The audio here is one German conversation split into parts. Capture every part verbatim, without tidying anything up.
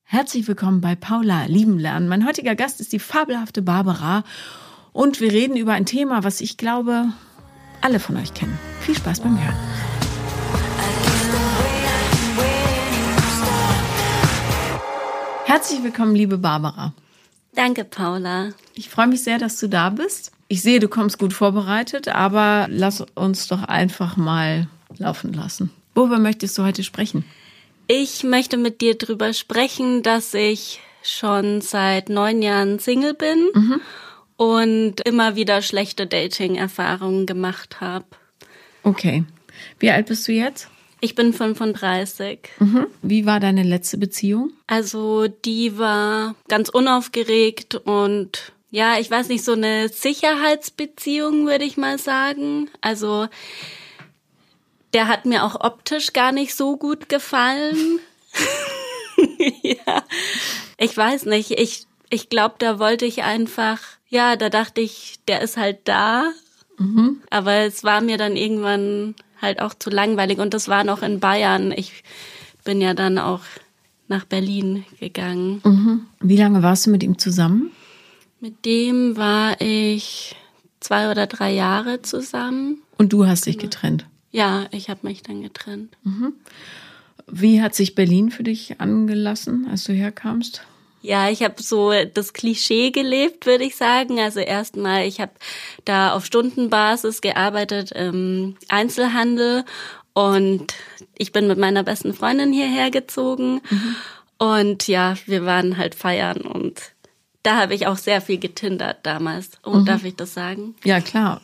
Herzlich willkommen bei Paula lieben lernen. Mein heutiger Gast ist die fabelhafte Barbara und wir reden über ein Thema, was ich glaube, alle von euch kennen. Viel Spaß beim Hören. Herzlich willkommen, liebe Barbara. Danke, Paula. Ich freue mich sehr, dass du da bist. Ich sehe, du kommst gut vorbereitet, aber lass uns doch einfach mal laufen lassen. Worüber möchtest du heute sprechen? Ich möchte mit dir drüber sprechen, dass ich schon seit neun Jahren Single bin mhm. und immer wieder schlechte Dating-Erfahrungen gemacht habe. Okay. Wie alt bist du jetzt? Ich bin fünfunddreißig. Mhm. Wie war deine letzte Beziehung? Also die war ganz unaufgeregt und ja, ich weiß nicht, so eine Sicherheitsbeziehung, würde ich mal sagen. Also der hat mir auch optisch gar nicht so gut gefallen. Ja, ich weiß nicht. Ich, ich glaube, da wollte ich einfach, ja, da dachte ich, der ist halt da. Mhm. Aber es war mir dann irgendwann halt auch zu langweilig. Und das war noch in Bayern. Ich bin ja dann auch nach Berlin gegangen. Mhm. Wie lange warst du mit ihm zusammen? Mit dem war ich zwei oder drei Jahre zusammen. Und du hast dich getrennt? Ja, ich habe mich dann getrennt. Mhm. Wie hat sich Berlin für dich angelassen, als du herkamst? Ja, ich habe so das Klischee gelebt, würde ich sagen. Also erstmal, ich habe da auf Stundenbasis gearbeitet im Einzelhandel und ich bin mit meiner besten Freundin hierher gezogen. Mhm. Und ja, wir waren halt feiern und da habe ich auch sehr viel getindert damals. Oh, mhm. Darf ich das sagen? Ja, klar.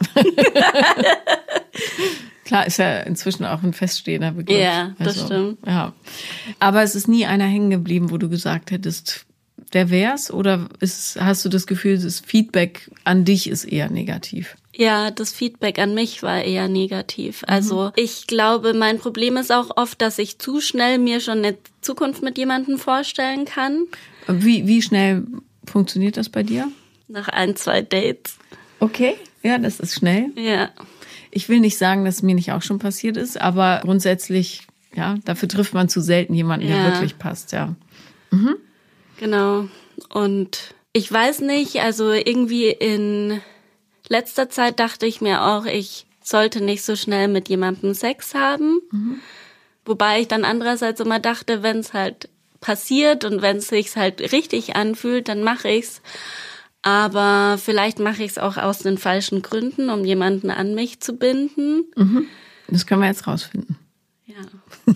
Klar, ist ja inzwischen auch ein feststehender Begriff. Ja, das also, stimmt. Ja. Aber es ist nie einer hängen geblieben, wo du gesagt hättest, der wär's? Oder ist, hast du das Gefühl, das Feedback an dich ist eher negativ? Ja, das Feedback an mich war eher negativ. Also mhm. ich glaube, mein Problem ist auch oft, dass ich zu schnell mir schon eine Zukunft mit jemandem vorstellen kann. Wie, wie schnell funktioniert das bei dir? Nach ein, zwei Dates. Okay, ja, das ist schnell. Ja. Ich will nicht sagen, dass es mir nicht auch schon passiert ist, aber grundsätzlich, ja, dafür trifft man zu selten jemanden, ja. der wirklich passt, ja. Mhm. Genau. Und ich weiß nicht, also irgendwie in letzter Zeit dachte ich mir auch, ich sollte nicht so schnell mit jemandem Sex haben. Mhm. Wobei ich dann andererseits immer dachte, wenn es halt passiert und wenn es sich halt richtig anfühlt, dann mache ich's. Aber vielleicht mache ich es auch aus den falschen Gründen, um jemanden an mich zu binden. Mhm. Das können wir jetzt rausfinden. Ja.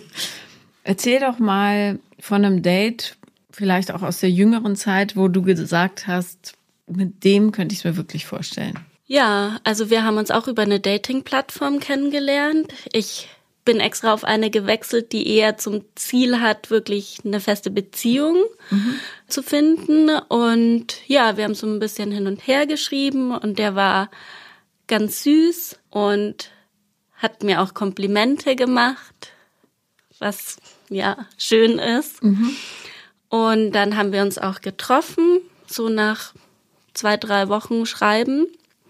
Erzähl doch mal von einem Date, vielleicht auch aus der jüngeren Zeit, wo du gesagt hast, mit dem könnte ich es mir wirklich vorstellen. Ja, also wir haben uns auch über eine Dating-Plattform kennengelernt. Ich bin extra auf eine gewechselt, die eher zum Ziel hat, wirklich eine feste Beziehung mhm. zu finden. Und ja, wir haben so ein bisschen hin und her geschrieben und der war ganz süß und hat mir auch Komplimente gemacht, was ja schön ist. Mhm. Und dann haben wir uns auch getroffen, so nach zwei, drei Wochen Schreiben.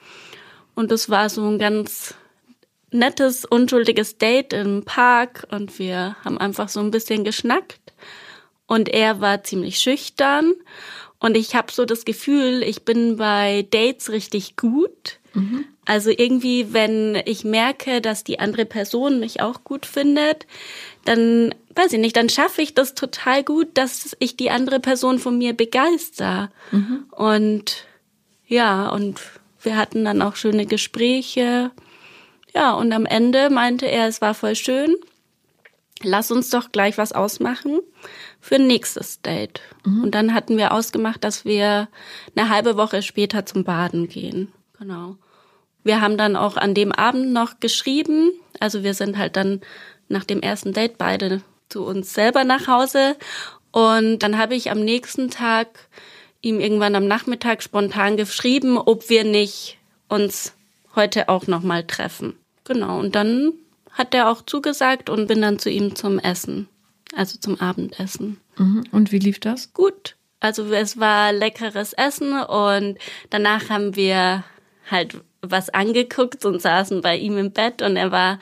Und das war so ein ganz nettes, unschuldiges Date im Park und wir haben einfach so ein bisschen geschnackt und er war ziemlich schüchtern und ich habe so das Gefühl, ich bin bei Dates richtig gut. Mhm. Also irgendwie, wenn ich merke, dass die andere Person mich auch gut findet, dann, weiß ich nicht, dann schaffe ich das total gut, dass ich die andere Person von mir begeister. Mhm. Und ja, und wir hatten dann auch schöne Gespräche. Ja, und am Ende meinte er, es war voll schön. Lass uns doch gleich was ausmachen für ein nächstes Date. Mhm. Und dann hatten wir ausgemacht, dass wir eine halbe Woche später zum Baden gehen. Genau. Wir haben dann auch an dem Abend noch geschrieben. Also wir sind halt dann nach dem ersten Date beide zu uns selber nach Hause. Und dann habe ich am nächsten Tag ihm irgendwann am Nachmittag spontan geschrieben, ob wir nicht uns heute auch noch mal treffen. Genau, und dann hat er auch zugesagt und bin dann zu ihm zum Essen, also zum Abendessen. Mhm. Und wie lief das? Gut, also es war leckeres Essen und danach haben wir halt was angeguckt und saßen bei ihm im Bett und er war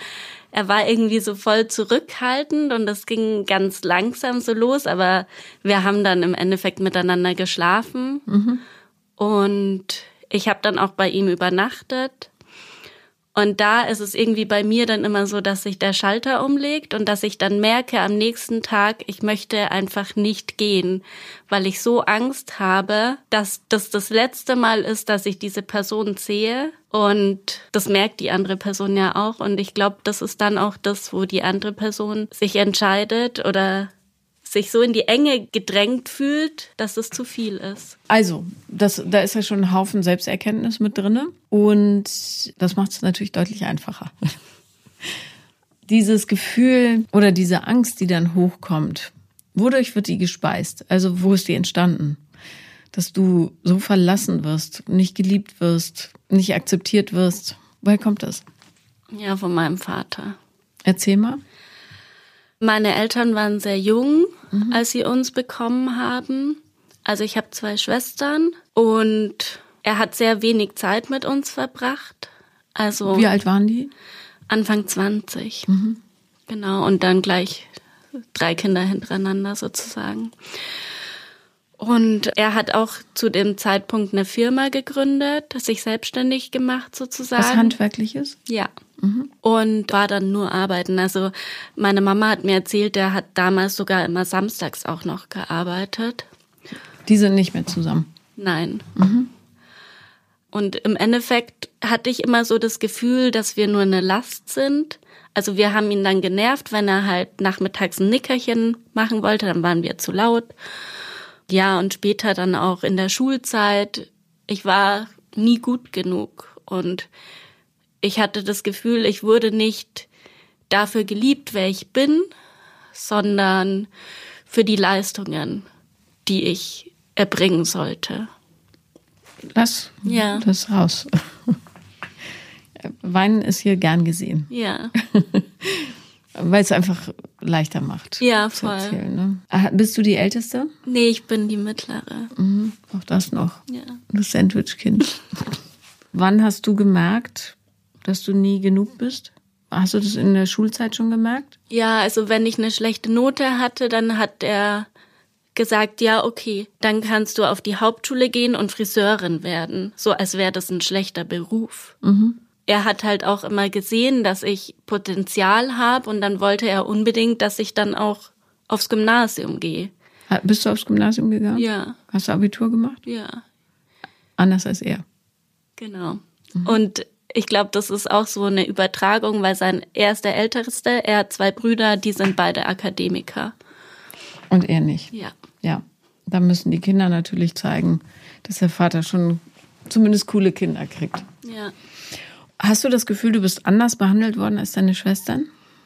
er war irgendwie so voll zurückhaltend und das ging ganz langsam so los, aber wir haben dann im Endeffekt miteinander geschlafen. Mhm. Und ich habe dann auch bei ihm übernachtet. Und da ist es irgendwie bei mir dann immer so, dass sich der Schalter umlegt und dass ich dann merke am nächsten Tag, ich möchte einfach nicht gehen, weil ich so Angst habe, dass das das letzte Mal ist, dass ich diese Person sehe. Und das merkt die andere Person ja auch. Und ich glaube, das ist dann auch das, wo die andere Person sich entscheidet oder sich so in die Enge gedrängt fühlt, dass es zu viel ist. Also, das, da ist ja schon ein Haufen Selbsterkenntnis mit drin und das macht es natürlich deutlich einfacher. Dieses Gefühl oder diese Angst, die dann hochkommt, wodurch wird die gespeist? Also, wo ist die entstanden? Dass du so verlassen wirst, nicht geliebt wirst, nicht akzeptiert wirst. Woher kommt das? Ja, von meinem Vater. Erzähl mal. Meine Eltern waren sehr jung, mhm. als sie uns bekommen haben. Also ich habe zwei Schwestern und er hat sehr wenig Zeit mit uns verbracht. Also wie alt waren die? Anfang zwanzig. Mhm. Genau, und dann gleich drei Kinder hintereinander sozusagen. Und er hat auch zu dem Zeitpunkt eine Firma gegründet, sich selbstständig gemacht sozusagen. Was Handwerkliches? Ja. Mhm. Und war dann nur arbeiten. Also meine Mama hat mir erzählt, der hat damals sogar immer samstags auch noch gearbeitet. Die sind nicht mehr zusammen? Nein. Mhm. Und im Endeffekt hatte ich immer so das Gefühl, dass wir nur eine Last sind. Also wir haben ihn dann genervt, wenn er halt nachmittags ein Nickerchen machen wollte, dann waren wir zu laut. Ja, und später dann auch in der Schulzeit. Ich war nie gut genug und ich hatte das Gefühl, ich wurde nicht dafür geliebt, wer ich bin, sondern für die Leistungen, die ich erbringen sollte. Lass ja. das raus. Weinen ist hier gern gesehen. Ja. Weil es einfach leichter macht. Ja, zu voll. Erzählen, ne? Bist du die Älteste? Nee, ich bin die Mittlere. Mhm, auch das noch. Ja. Das Sandwich-Kind. Wann hast du gemerkt, dass du nie genug bist? Hast du das in der Schulzeit schon gemerkt? Ja, also wenn ich eine schlechte Note hatte, dann hat er gesagt, ja, okay, dann kannst du auf die Hauptschule gehen und Friseurin werden. So als wäre das ein schlechter Beruf. Mhm. Er hat halt auch immer gesehen, dass ich Potenzial habe und dann wollte er unbedingt, dass ich dann auch aufs Gymnasium gehe. Bist du aufs Gymnasium gegangen? Ja. Hast du Abitur gemacht? Ja. Anders als er. Genau. Mhm. Und ich glaube, das ist auch so eine Übertragung, weil sein, er ist der Älteste, er hat zwei Brüder, die sind beide Akademiker. Und er nicht? Ja. Ja, da müssen die Kinder natürlich zeigen, dass der Vater schon zumindest coole Kinder kriegt. Ja. Hast du das Gefühl, du bist anders behandelt worden als deine Schwestern?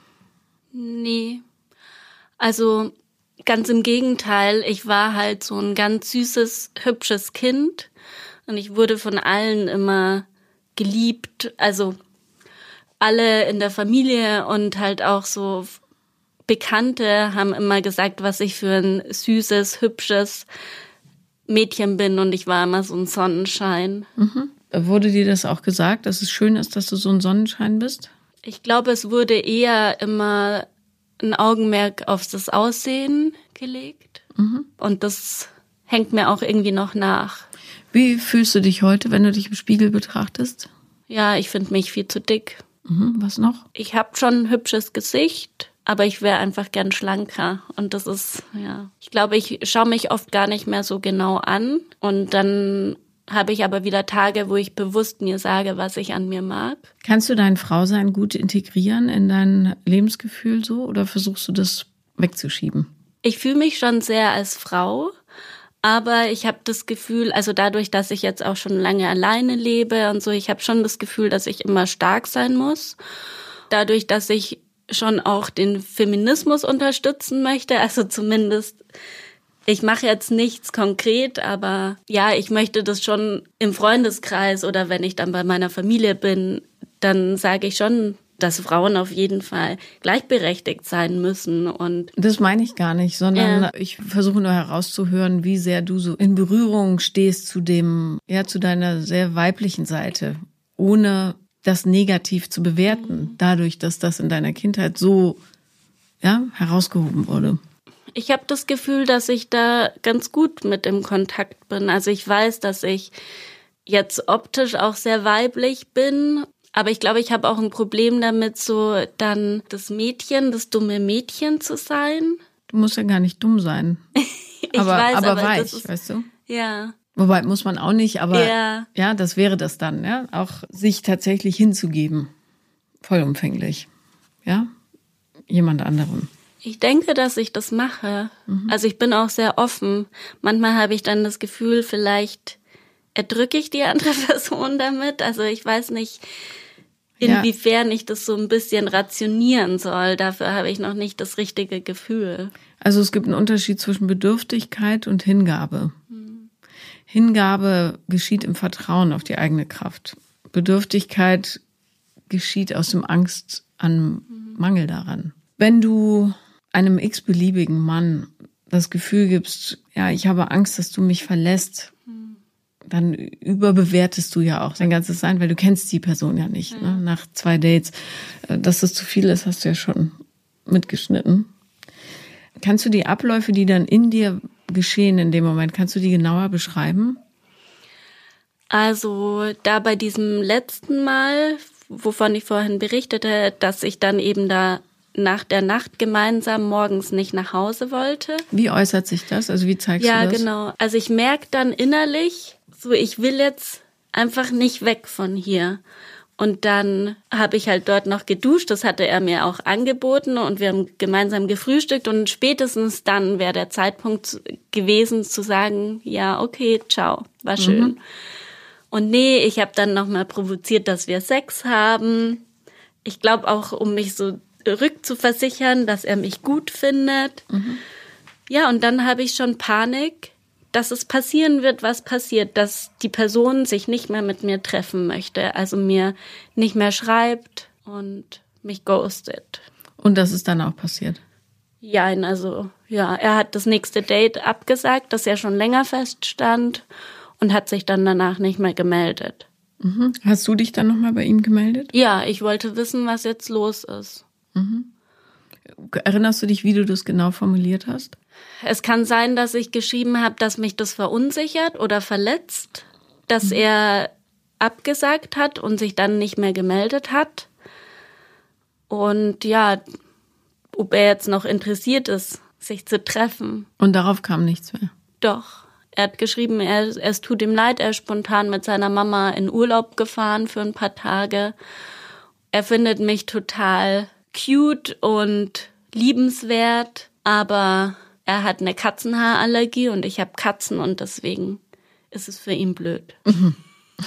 Nee. Also ganz im Gegenteil, ich war halt so ein ganz süßes, hübsches Kind und ich wurde von allen immer geliebt. Also alle in der Familie und halt auch so Bekannte haben immer gesagt, was ich für ein süßes, hübsches Mädchen bin und ich war immer so ein Sonnenschein. Mhm. Wurde dir das auch gesagt, dass es schön ist, dass du so ein Sonnenschein bist? Ich glaube, es wurde eher immer ein Augenmerk auf das Aussehen gelegt. Mhm. Und das hängt mir auch irgendwie noch nach. Wie fühlst du dich heute, wenn du dich im Spiegel betrachtest? Ja, ich finde mich viel zu dick. Mhm. Was noch? Ich habe schon ein hübsches Gesicht, aber ich wäre einfach gern schlanker. Und das ist, ja, ich glaube, ich schaue mich oft gar nicht mehr so genau an. Und dann habe ich aber wieder Tage, wo ich bewusst mir sage, was ich an mir mag. Kannst du dein Frausein gut integrieren in dein Lebensgefühl so oder versuchst du das wegzuschieben? Ich fühle mich schon sehr als Frau, aber ich habe das Gefühl, also dadurch, dass ich jetzt auch schon lange alleine lebe und so, ich habe schon das Gefühl, dass ich immer stark sein muss. Dadurch, dass ich schon auch den Feminismus unterstützen möchte, also zumindest, ich mache jetzt nichts konkret, aber ja, ich möchte das schon im Freundeskreis oder wenn ich dann bei meiner Familie bin, dann sage ich schon, dass Frauen auf jeden Fall gleichberechtigt sein müssen. Und das meine ich gar nicht, sondern ja. ich versuche nur herauszuhören, wie sehr du so in Berührung stehst zu dem, ja, zu deiner sehr weiblichen Seite, ohne das negativ zu bewerten, dadurch, dass das in deiner Kindheit so ja, herausgehoben wurde. Ich habe das Gefühl, dass ich da ganz gut mit im Kontakt bin. Also ich weiß, dass ich jetzt optisch auch sehr weiblich bin, aber ich glaube, ich habe auch ein Problem damit, so dann das Mädchen, das dumme Mädchen zu sein. Du musst ja gar nicht dumm sein. ich aber, weiß, aber, aber weich, das ist, weißt du? Ja. Wobei muss man auch nicht, aber ja. ja, das wäre das dann, ja, auch sich tatsächlich hinzugeben, vollumfänglich, ja, jemand anderem. Ich denke, dass ich das mache. Mhm. Also ich bin auch sehr offen. Manchmal habe ich dann das Gefühl, vielleicht erdrücke ich die andere Person damit. Also ich weiß nicht, inwiefern ja. ich das so ein bisschen rationieren soll. Dafür habe ich noch nicht das richtige Gefühl. Also es gibt einen Unterschied zwischen Bedürftigkeit und Hingabe. Mhm. Hingabe geschieht im Vertrauen auf die eigene Kraft. Bedürftigkeit geschieht aus dem Angst an Mangel daran. Wenn du einem x-beliebigen Mann das Gefühl gibst, ja, ich habe Angst, dass du mich verlässt, dann überbewertest du ja auch dein ganzes Sein, weil du kennst die Person ja nicht. Ja. Ne? Nach zwei Dates. Dass das zu viel ist, hast du ja schon mitgeschnitten. Kannst du die Abläufe, die dann in dir geschehen in dem Moment, kannst du die genauer beschreiben? Also da bei diesem letzten Mal, wovon ich vorhin berichtete, dass ich dann eben da nach der Nacht gemeinsam morgens nicht nach Hause wollte. Wie äußert sich das? Also wie zeigst ja, du das? Ja, genau. Also ich merke dann innerlich, so ich will jetzt einfach nicht weg von hier. Und dann habe ich halt dort noch geduscht, das hatte er mir auch angeboten und wir haben gemeinsam gefrühstückt und spätestens dann wäre der Zeitpunkt gewesen zu sagen, ja, okay, ciao, war schön. Mhm. Und nee, ich habe dann nochmal provoziert, dass wir Sex haben. Ich glaube auch, um mich so rückzuversichern, dass er mich gut findet. Mhm. Ja, und dann habe ich schon Panik, dass es passieren wird, was passiert, dass die Person sich nicht mehr mit mir treffen möchte, also mir nicht mehr schreibt und mich ghostet. Und das ist dann auch passiert? Ja, also ja, er hat das nächste Date abgesagt, das ja schon länger feststand und hat sich dann danach nicht mehr gemeldet. Mhm. Hast du dich dann nochmal bei ihm gemeldet? Ja, ich wollte wissen, was jetzt los ist. Mhm. Erinnerst du dich, wie du das genau formuliert hast? Es kann sein, dass ich geschrieben habe, dass mich das verunsichert oder verletzt, dass mhm. er abgesagt hat und sich dann nicht mehr gemeldet hat. Und ja, ob er jetzt noch interessiert ist, sich zu treffen. Und darauf kam nichts mehr? Doch. Er hat geschrieben, er, es tut ihm leid, er ist spontan mit seiner Mama in Urlaub gefahren für ein paar Tage. Er findet mich total cute und liebenswert, aber er hat eine Katzenhaarallergie und ich habe Katzen und deswegen ist es für ihn blöd. Mhm.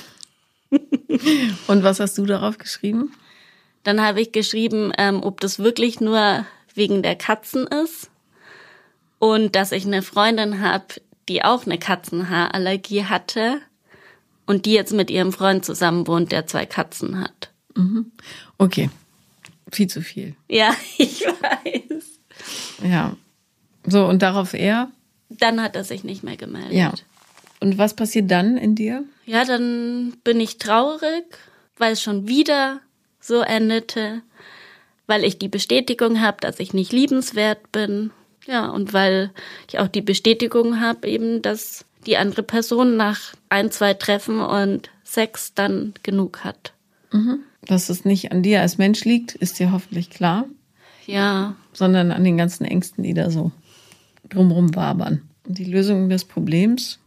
Und was hast du darauf geschrieben? Dann habe ich geschrieben, ähm, ob das wirklich nur wegen der Katzen ist und dass ich eine Freundin habe, die auch eine Katzenhaarallergie hatte und die jetzt mit ihrem Freund zusammen wohnt, der zwei Katzen hat. Mhm. Okay. Viel zu viel. Ja, ich weiß. Ja. So, und darauf er? Dann hat er sich nicht mehr gemeldet. Ja. Und was passiert dann in dir? Ja, dann bin ich traurig, weil es schon wieder so endete, weil ich die Bestätigung habe, dass ich nicht liebenswert bin. Ja, und weil ich auch die Bestätigung habe, eben, dass die andere Person nach ein, zwei Treffen und Sex dann genug hat. Mhm. Dass es nicht an dir als Mensch liegt, ist dir hoffentlich klar. Ja. Sondern an den ganzen Ängsten, die da so drumherum wabern. Und die Lösung des Problems?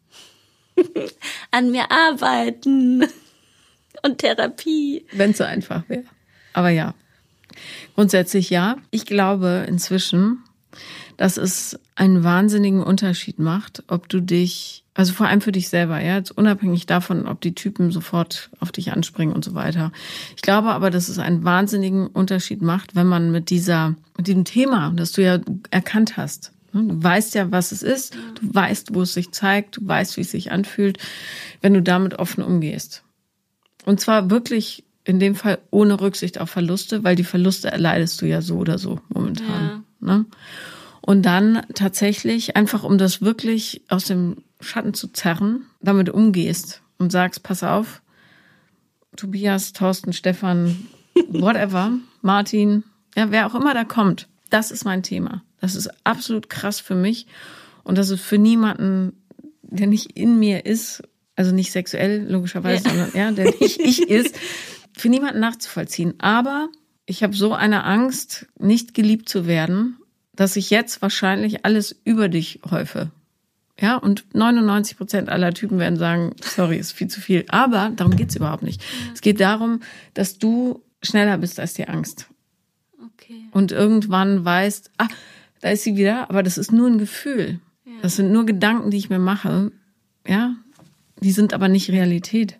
An mir arbeiten und Therapie. Wenn es so einfach wäre. Aber ja, grundsätzlich ja. Ich glaube inzwischen, dass es einen wahnsinnigen Unterschied macht, ob du dich, also vor allem für dich selber, ja, jetzt unabhängig davon, ob die Typen sofort auf dich anspringen und so weiter. Ich glaube aber, dass es einen wahnsinnigen Unterschied macht, wenn man mit dieser, mit diesem Thema, das du ja erkannt hast, du weißt ja, was es ist, du weißt, wo es sich zeigt, du weißt, wie es sich anfühlt, wenn du damit offen umgehst. Und zwar wirklich in dem Fall ohne Rücksicht auf Verluste, weil die Verluste erleidest du ja so oder so momentan. Ja. Ne? Und dann tatsächlich, einfach um das wirklich aus dem Schatten zu zerren, damit umgehst und sagst, pass auf, Tobias, Thorsten, Stefan, whatever, Martin, ja, wer auch immer da kommt, das ist mein Thema. Das ist absolut krass für mich und das ist für niemanden, der nicht in mir ist, also nicht sexuell logischerweise, ja. sondern ja, der nicht ich ist, für niemanden nachzuvollziehen. Aber ich habe so eine Angst, nicht geliebt zu werden, dass ich jetzt wahrscheinlich alles über dich häufe. Ja, und neunundneunzig Prozent aller Typen werden sagen, sorry, ist viel zu viel. Aber darum geht's überhaupt nicht. Ja. Es geht darum, dass du schneller bist als die Angst. Okay. Und irgendwann weißt, ah, da ist sie wieder, aber das ist nur ein Gefühl. Ja. Das sind nur Gedanken, die ich mir mache. Ja, die sind aber nicht Realität.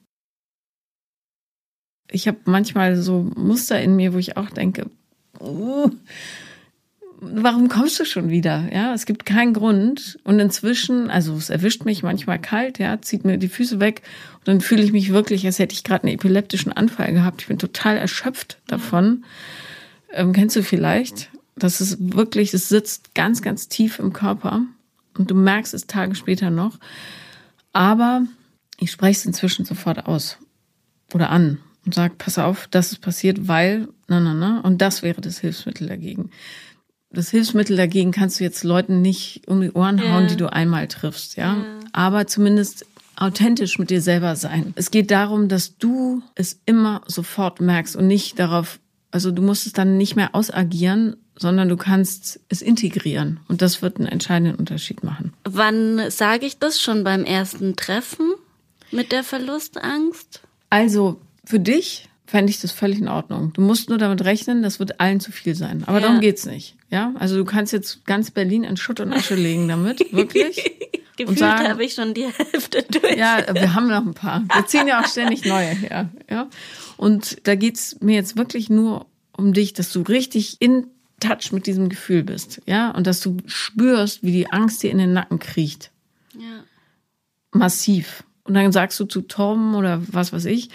Ich habe manchmal so Muster in mir, wo ich auch denke, uh, warum kommst du schon wieder? Ja, es gibt keinen Grund. Und inzwischen, also es erwischt mich manchmal kalt, ja, zieht mir die Füße weg und dann fühle ich mich wirklich, als hätte ich gerade einen epileptischen Anfall gehabt. Ich bin total erschöpft davon. Ähm, kennst du vielleicht? Das ist wirklich, es sitzt ganz, ganz tief im Körper und du merkst es Tage später noch. Aber ich spreche es inzwischen sofort aus oder an und sage, pass auf, das ist passiert, weil, na, na, na, und das wäre das Hilfsmittel dagegen. Das Hilfsmittel dagegen kannst du jetzt Leuten nicht um die Ohren hauen, ja. die du einmal triffst, ja? ja. Aber zumindest authentisch mit dir selber sein. Es geht darum, dass du es immer sofort merkst und nicht darauf, also du musst es dann nicht mehr ausagieren, sondern du kannst es integrieren. Und das wird einen entscheidenden Unterschied machen. Wann sage ich das? Schon beim ersten Treffen mit der Verlustangst? Also für dich fände ich das völlig in Ordnung. Du musst nur damit rechnen, das wird allen zu viel sein. Aber ja. darum geht's nicht. Ja, also du kannst jetzt ganz Berlin in Schutt und Asche legen damit, wirklich. Gefühlt habe ich schon die Hälfte durch. Ja, wir haben noch ein paar. Wir ziehen ja auch ständig neue her. Ja, und da geht's mir jetzt wirklich nur um dich, dass du richtig in Touch mit diesem Gefühl bist. Ja, und dass du spürst, wie die Angst dir in den Nacken kriecht. Ja. Massiv. Und dann sagst du zu Tom oder was weiß ich,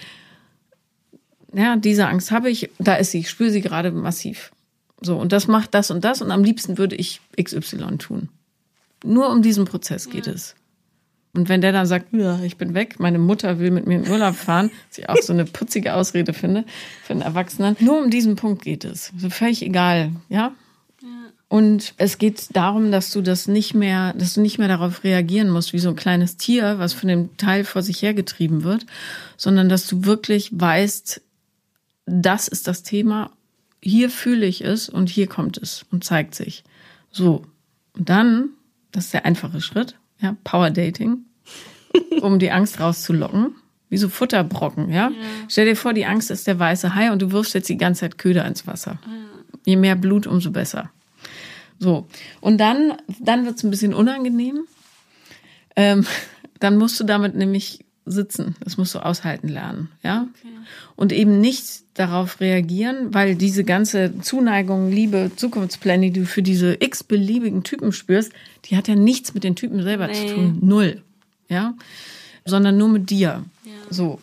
ja, diese Angst habe ich, da ist sie, ich spüre sie gerade massiv. So, und das macht das und das und am liebsten würde ich X Y tun. Nur um diesen Prozess geht ja. es. Und wenn der dann sagt, ja, ich bin weg, meine Mutter will mit mir in Urlaub fahren, was ich auch so eine putzige Ausrede finde für einen Erwachsenen, nur um diesen Punkt geht es. So völlig egal, ja? ja. Und es geht darum, dass du das nicht mehr, dass du nicht mehr darauf reagieren musst, wie so ein kleines Tier, was von dem Teil vor sich hergetrieben wird, sondern dass du wirklich weißt, das ist das Thema, hier fühle ich es und hier kommt es und zeigt sich. So, und dann, das ist der einfache Schritt, ja, Power Dating, um die Angst rauszulocken, wie so Futterbrocken, ja? ja. Stell dir vor, die Angst ist der weiße Hai und du wirfst jetzt die ganze Zeit Köder ins Wasser. Ja. Je mehr Blut, umso besser. So, und dann, dann wird's ein bisschen unangenehm. Ähm, dann musst du damit nämlich sitzen. Das musst du aushalten lernen, ja? Okay. Und eben nicht darauf reagieren, weil diese ganze Zuneigung, Liebe, Zukunftspläne, die du für diese x-beliebigen Typen spürst, die hat ja nichts mit den Typen selber nee. zu tun. Null. Ja? Sondern nur mit dir. Ja. So.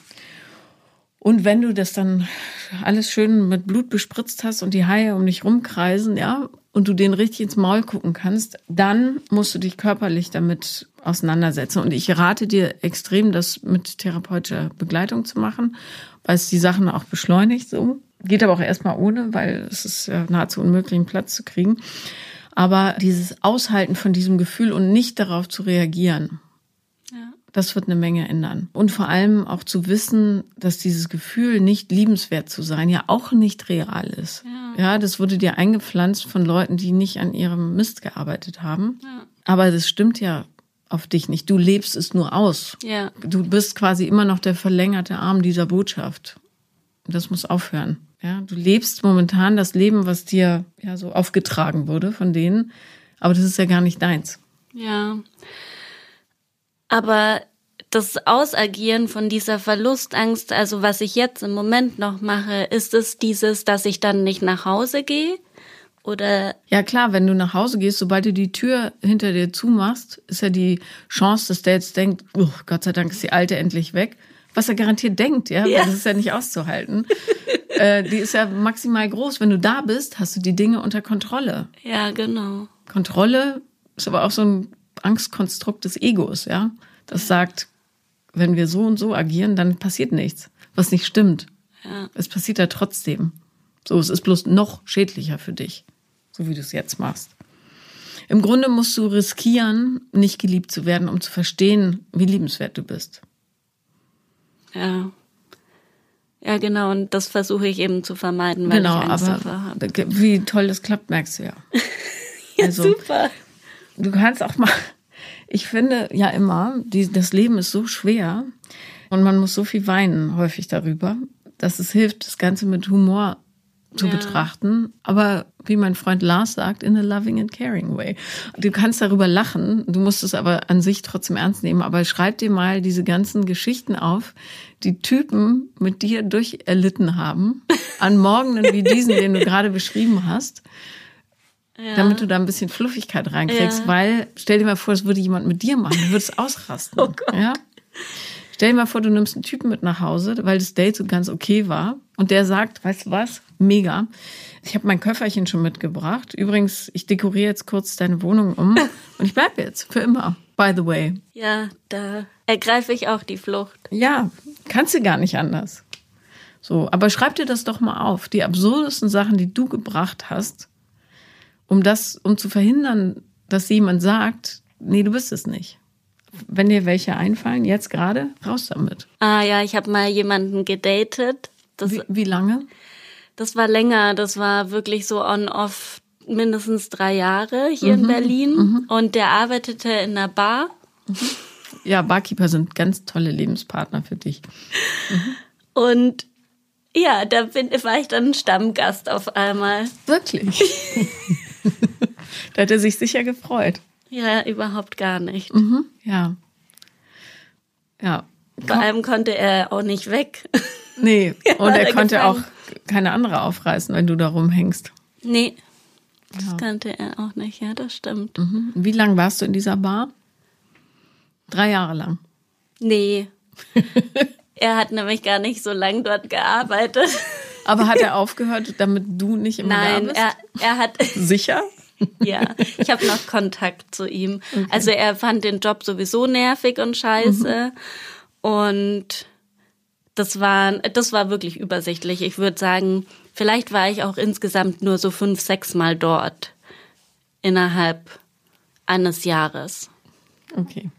Und wenn du das dann alles schön mit Blut bespritzt hast und die Haie um dich rumkreisen, ja, und du denen richtig ins Maul gucken kannst, dann musst du dich körperlich damit auseinandersetzen. Und ich rate dir extrem, das mit therapeutischer Begleitung zu machen, weil es die Sachen auch beschleunigt. So geht aber auch erstmal ohne, weil es ist ja nahezu unmöglich, einen Platz zu kriegen. Aber dieses Aushalten von diesem Gefühl und nicht darauf zu reagieren, ja. das wird eine Menge ändern. Und vor allem auch zu wissen, dass dieses Gefühl, nicht liebenswert zu sein, ja auch nicht real ist. Ja. Ja, das wurde dir eingepflanzt von Leuten, die nicht an ihrem Mist gearbeitet haben. Ja. Aber das stimmt ja auf dich nicht. Du lebst es nur aus. Ja. Du bist quasi immer noch der verlängerte Arm dieser Botschaft. Das muss aufhören. Ja, du lebst momentan das Leben, was dir ja so aufgetragen wurde von denen. Aber das ist ja gar nicht deins. Ja. Aber das Ausagieren von dieser Verlustangst, also was ich jetzt im Moment noch mache, ist es dieses, dass ich dann nicht nach Hause gehe? Oder? Ja klar, wenn du nach Hause gehst, sobald du die Tür hinter dir zumachst, ist ja die Chance, dass der jetzt denkt, oh, Gott sei Dank ist die Alte endlich weg. Was er garantiert denkt, ja, ja. Weil das ist ja nicht auszuhalten. äh, die ist ja maximal groß. Wenn du da bist, hast du die Dinge unter Kontrolle. Ja, genau. Kontrolle ist aber auch so ein Angstkonstrukt des Egos, ja. Das sagt, wenn wir so und so agieren, dann passiert nichts. was nicht stimmt. Ja. Es passiert ja trotzdem. So, es ist bloß noch schädlicher für dich, so wie du es jetzt machst. Im Grunde musst du riskieren, nicht geliebt zu werden, um zu verstehen, wie liebenswert du bist. Ja. Ja, genau. Und das versuche ich eben zu vermeiden, weil genau, ich Angst aber davor habe. Wie toll das klappt, merkst du ja. Ja, also, super. Du kannst auch mal, ich finde ja immer, die, das Leben ist so schwer und man muss so viel weinen häufig darüber, dass es hilft, das Ganze mit Humor zu ja. betrachten, aber wie mein Freund Lars sagt, in a loving and caring way. Du kannst darüber lachen, du musst es aber an sich trotzdem ernst nehmen, aber schreib dir mal diese ganzen Geschichten auf, die Typen mit dir durcherlitten haben, an Morgenen wie diesen, den du gerade beschrieben hast, ja. damit du da ein bisschen Fluffigkeit reinkriegst, ja. weil, stell dir mal vor, das würde jemand mit dir machen, du würdest ausrasten. Oh Gott. Ja? Stell dir mal vor, du nimmst einen Typen mit nach Hause, weil das Date so ganz okay war und der sagt, weißt du was, mega, ich habe mein Köfferchen schon mitgebracht. Übrigens, ich dekoriere jetzt kurz deine Wohnung um und ich bleibe jetzt für immer, by the way. Ja, da ergreife ich auch die Flucht. Ja, kannst du gar nicht anders. So, aber schreib dir das doch mal auf, die absurdesten Sachen, die du gebracht hast, um das, um zu verhindern, dass jemand sagt, nee, du bist es nicht. Wenn dir welche einfallen, jetzt gerade, raus damit. Ah ja, ich habe mal jemanden gedatet. Das, wie, wie lange? Das war länger, das war wirklich so on-off mindestens drei Jahre hier mhm. in Berlin. Mhm. Und der arbeitete in einer Bar. Mhm. Ja, Barkeeper sind ganz tolle Lebenspartner für dich. Mhm. Und ja, da bin, war ich dann Stammgast auf einmal. Wirklich? Da hat er sich sicher gefreut. Ja, überhaupt gar nicht. Mhm, ja. Ja. Vor allem konnte er auch nicht weg. Nee, und er konnte gefangen. auch keine andere aufreißen, wenn du da rumhängst. Nee, das ja. kannte er auch nicht. Ja, das stimmt. Mhm. Wie lange warst du in dieser Bar? Drei Jahre lang? Nee. Er hat nämlich gar nicht so lange dort gearbeitet. Aber hat er aufgehört, damit du nicht immer Nein, da bist? Nein, er, er hat... Sicher? Ja, ich habe noch Kontakt zu ihm. Okay. Also er fand den Job sowieso nervig und scheiße. Mhm. Und das war, das war wirklich übersichtlich. Ich würde sagen, vielleicht war ich auch insgesamt nur so fünf, sechs Mal dort innerhalb eines Jahres. Okay.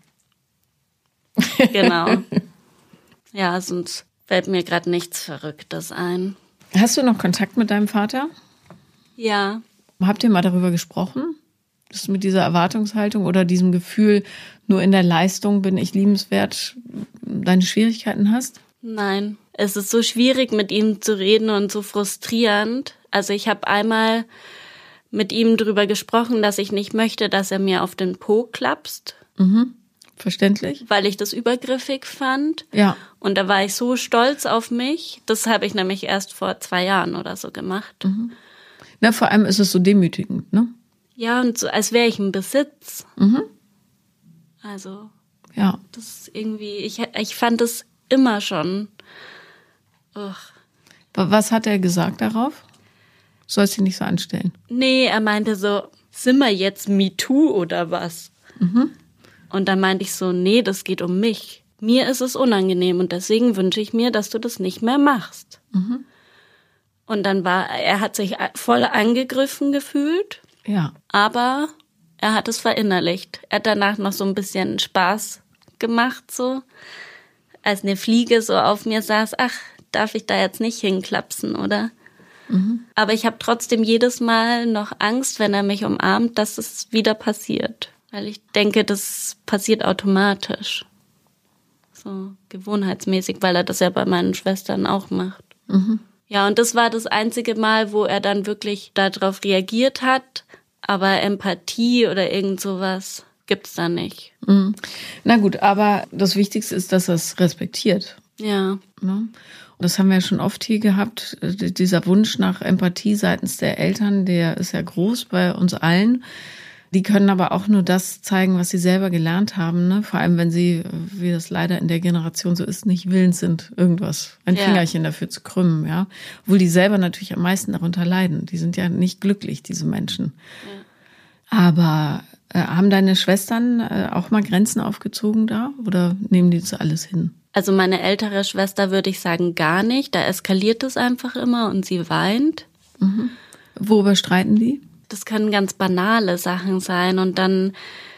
Genau. Ja, sonst fällt mir gerade nichts Verrücktes ein. Hast du noch Kontakt mit deinem Vater? Ja. Habt ihr mal darüber gesprochen, dass du mit dieser Erwartungshaltung oder diesem Gefühl, nur in der Leistung bin ich liebenswert, deine Schwierigkeiten hast? Nein, es ist so schwierig, mit ihm zu reden und so frustrierend. Also ich habe einmal mit ihm darüber gesprochen, dass ich nicht möchte, dass er mir auf den Po klapst. Mhm. Verständlich. Weil ich das übergriffig fand. Ja. Und da war ich so stolz auf mich. Das habe ich nämlich erst vor zwei Jahren oder so gemacht. Mhm. Na, vor allem ist es so demütigend, ne? Ja, und so, als wäre ich ein Besitz. Mhm. Also, ja. Das ist irgendwie, ich, ich fand das immer schon. Ugh. Was hat er gesagt darauf? Sollst dich nicht so anstellen? Nee, er meinte so, sind wir jetzt MeToo oder was? Mhm. Und dann meinte ich so, nee, das geht um mich. Mir ist es unangenehm und deswegen wünsche ich mir, dass du das nicht mehr machst. Mhm. Und dann war, er hat sich voll angegriffen gefühlt. Ja. Aber er hat es verinnerlicht. Er hat danach noch so ein bisschen Spaß gemacht, so. Als eine Fliege so auf mir saß, ach, darf ich da jetzt nicht hinklapsen, oder? Mhm. Aber ich habe trotzdem jedes Mal noch Angst, wenn er mich umarmt, dass es wieder passiert. Weil ich denke, das passiert automatisch. So gewohnheitsmäßig, weil er das ja bei meinen Schwestern auch macht. Mhm. Ja, und das war das einzige Mal, wo er dann wirklich darauf reagiert hat. Aber Empathie oder irgend sowas gibt's da nicht. Mhm. Na gut, aber das Wichtigste ist, dass er es respektiert. Ja. Ne? Das haben wir ja schon oft hier gehabt. Dieser Wunsch nach Empathie seitens der Eltern, der ist ja groß bei uns allen. Die können aber auch nur das zeigen, was sie selber gelernt haben, ne? Vor allem, wenn sie, wie das leider in der Generation so ist, nicht willens sind, irgendwas, ein ja. Fingerchen dafür zu krümmen, ja. Obwohl die selber natürlich am meisten darunter leiden. Die sind ja nicht glücklich, diese Menschen. Ja. Aber äh, haben deine Schwestern äh, auch mal Grenzen aufgezogen da? Oder nehmen die das alles hin? Also meine ältere Schwester würde ich sagen gar nicht. Da eskaliert es einfach immer und sie weint. Mhm. Worüber streiten die? Das können ganz banale Sachen sein und dann,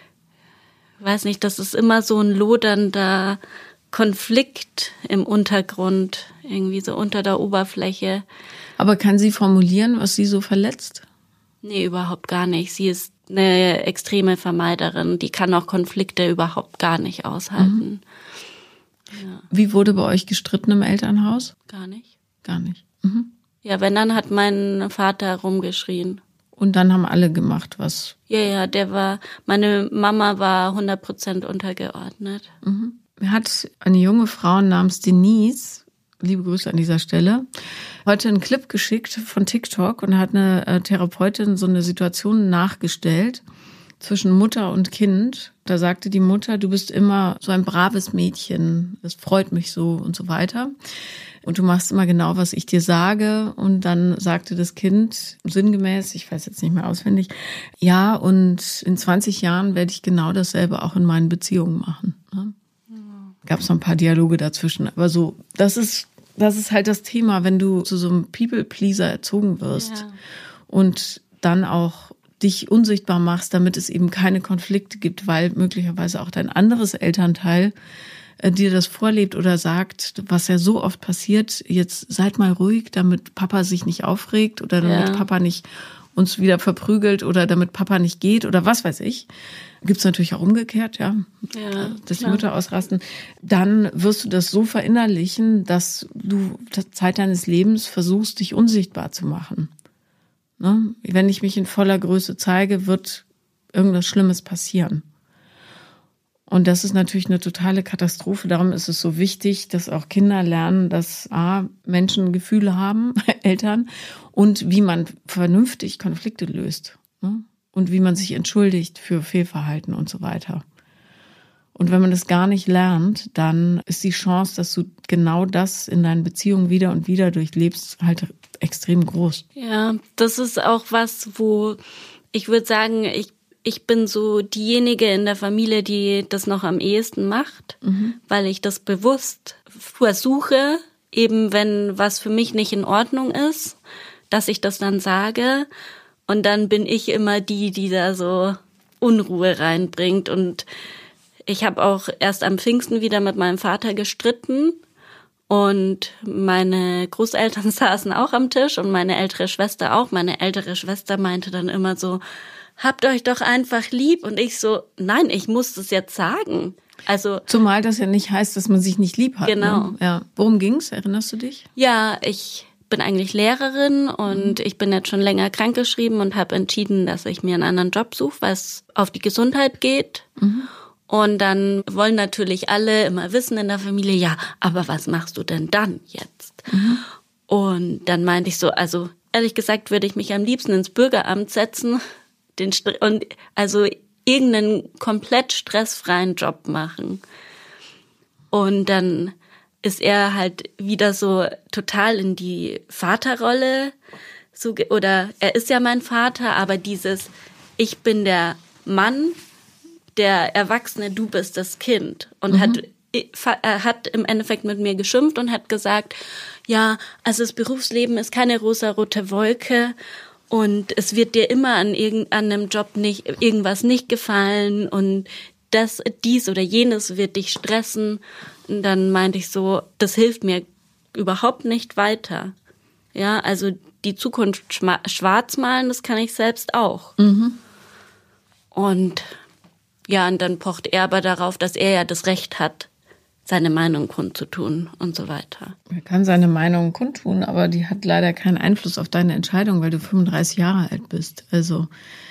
weiß nicht, das ist immer so ein lodernder Konflikt im Untergrund, irgendwie so unter der Oberfläche. Aber kann sie formulieren, was sie so verletzt? Nee, überhaupt gar nicht. Sie ist eine extreme Vermeiderin. Die kann auch Konflikte überhaupt gar nicht aushalten. Mhm. Ja. Wie wurde bei euch gestritten im Elternhaus? Gar nicht. Gar nicht. Mhm. Ja, wenn, dann hat mein Vater rumgeschrien. Und dann haben alle gemacht, was? Ja, ja, der war, meine Mama war hundert Prozent untergeordnet. Mhm. Mir hat eine junge Frau namens Denise, liebe Grüße an dieser Stelle, heute einen Clip geschickt von TikTok und hat eine äh, Therapeutin so eine Situation nachgestellt zwischen Mutter und Kind. Da sagte die Mutter, du bist immer so ein braves Mädchen, das freut mich so und so weiter. Und du machst immer genau, was ich dir sage. Und dann sagte das Kind sinngemäß, ich weiß jetzt nicht mehr auswendig, ja, und in zwanzig Jahren werde ich genau dasselbe auch in meinen Beziehungen machen. Ne? Gab es noch ein paar Dialoge dazwischen. Aber so, das ist, das ist halt das Thema, wenn du zu so einem People-Pleaser erzogen wirst ja. und dann auch dich unsichtbar machst, damit es eben keine Konflikte gibt, weil möglicherweise auch dein anderes Elternteil dir das vorlebt oder sagt, was ja so oft passiert, jetzt seid mal ruhig, damit Papa sich nicht aufregt oder damit ja. Papa nicht uns wieder verprügelt oder damit Papa nicht geht oder was weiß ich. Gibt's natürlich auch umgekehrt, ja, ja dass die Mütter ausrasten. Dann wirst du das so verinnerlichen, dass du Zeit deines Lebens versuchst, dich unsichtbar zu machen. Ne? Wenn ich mich in voller Größe zeige, wird irgendwas Schlimmes passieren. Und das ist natürlich eine totale Katastrophe. Darum ist es so wichtig, dass auch Kinder lernen, dass A, Menschen Gefühle haben, Eltern, und wie man vernünftig Konflikte löst. Ne? Und wie man sich entschuldigt für Fehlverhalten und so weiter. Und wenn man das gar nicht lernt, dann ist die Chance, dass du genau das in deinen Beziehungen wieder und wieder durchlebst, halt extrem groß. Ja, das ist auch was, wo ich würde sagen, ich Ich bin so diejenige in der Familie, die das noch am ehesten macht, mhm. weil ich das bewusst versuche, eben wenn was für mich nicht in Ordnung ist, dass ich das dann sage. Und dann bin ich immer die, die da so Unruhe reinbringt. Und ich habe auch erst am Pfingsten wieder mit meinem Vater gestritten. Und meine Großeltern saßen auch am Tisch und meine ältere Schwester auch. Meine ältere Schwester meinte dann immer so, habt euch doch einfach lieb. Und ich so, nein, ich muss das jetzt sagen. Also zumal das ja nicht heißt, dass man sich nicht lieb hat. Genau. Ne? Ja. Worum ging's? Erinnerst du dich? Ja, ich bin eigentlich Lehrerin und mhm. ich bin jetzt schon länger krankgeschrieben und habe entschieden, dass ich mir einen anderen Job suche, weil es auf die Gesundheit geht. Mhm. Und dann wollen natürlich alle immer wissen in der Familie, ja, aber was machst du denn dann jetzt? Mhm. Und dann meinte ich so, also ehrlich gesagt würde ich mich am liebsten ins Bürgeramt setzen, den St- und also irgendeinen komplett stressfreien Job machen. Und dann ist er halt wieder so total in die Vaterrolle, so, oder er ist ja mein Vater, aber dieses, ich bin der Mann, der Erwachsene, du bist das Kind. Und mhm. hat, er hat im Endeffekt mit mir geschimpft und hat gesagt, ja, also das Berufsleben ist keine rosarote Wolke und es wird dir immer an irgendeinem Job nicht, irgendwas nicht gefallen und das, dies oder jenes wird dich stressen. Und dann meinte ich so, das hilft mir überhaupt nicht weiter. Ja, also die Zukunft schwarz malen, das kann ich selbst auch. Mhm. Und ja, und dann pocht er aber darauf, dass er ja das Recht hat, seine Meinung kundzutun und so weiter. Er kann seine Meinung kundtun, aber die hat leider keinen Einfluss auf deine Entscheidung, weil du fünfunddreißig Jahre alt bist. Also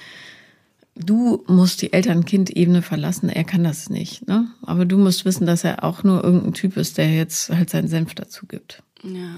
du musst die Eltern-Kind-Ebene verlassen, er kann das nicht. Ne? Aber du musst wissen, dass er auch nur irgendein Typ ist, der jetzt halt seinen Senf dazu gibt. Ja.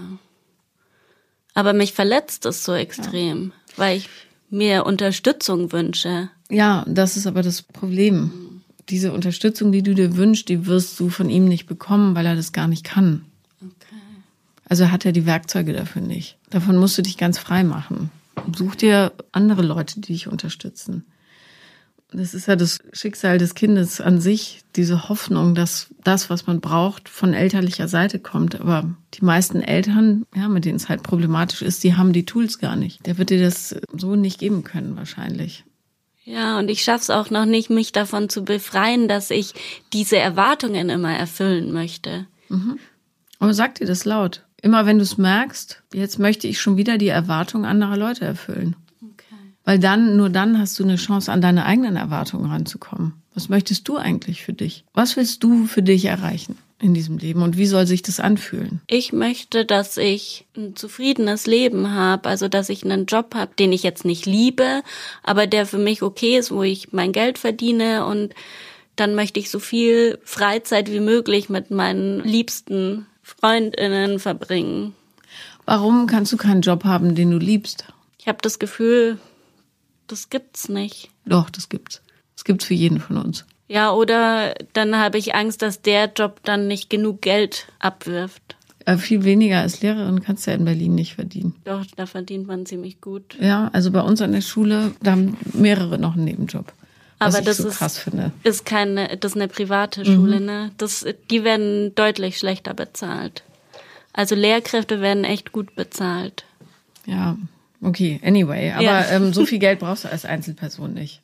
Aber mich verletzt es so extrem, ja. weil ich mir Unterstützung wünsche. Ja, das ist aber das Problem. Mhm. Diese Unterstützung, die du dir wünschst, die wirst du von ihm nicht bekommen, weil er das gar nicht kann. Okay. Also hat er die Werkzeuge dafür nicht. Davon musst du dich ganz frei machen. Such dir andere Leute, die dich unterstützen. Das ist ja das Schicksal des Kindes an sich, diese Hoffnung, dass das, was man braucht, von elterlicher Seite kommt. Aber die meisten Eltern, ja, mit denen es halt problematisch ist, die haben die Tools gar nicht. Der wird dir das so nicht geben können wahrscheinlich. Ja, und ich schaff's auch noch nicht, mich davon zu befreien, dass ich diese Erwartungen immer erfüllen möchte. Mhm. Aber sag dir das laut. Immer wenn du es merkst, jetzt möchte ich schon wieder die Erwartungen anderer Leute erfüllen. Weil dann, nur dann hast du eine Chance, an deine eigenen Erwartungen ranzukommen. Was möchtest du eigentlich für dich? Was willst du für dich erreichen in diesem Leben und wie soll sich das anfühlen? Ich möchte, dass ich ein zufriedenes Leben habe, also dass ich einen Job habe, den ich jetzt nicht liebe, aber der für mich okay ist, wo ich mein Geld verdiene, und dann möchte ich so viel Freizeit wie möglich mit meinen liebsten FreundInnen verbringen. Warum kannst du keinen Job haben, den du liebst? Ich habe das Gefühl, das gibt's nicht. Doch, das gibt's. Das gibt's für jeden von uns. Ja, oder dann habe ich Angst, dass der Job dann nicht genug Geld abwirft. Aber viel weniger als Lehrerin kannst du ja in Berlin nicht verdienen. Doch, da verdient man ziemlich gut. Ja, also bei uns an der Schule, da haben mehrere noch einen Nebenjob. Was Aber ich das so ist, krass finde. ist keine, das ist eine private Schule, Mhm. ne? Das, die werden deutlich schlechter bezahlt. Also Lehrkräfte werden echt gut bezahlt. Ja, okay, anyway. Aber Ja. ähm, so viel Geld brauchst du als Einzelperson nicht.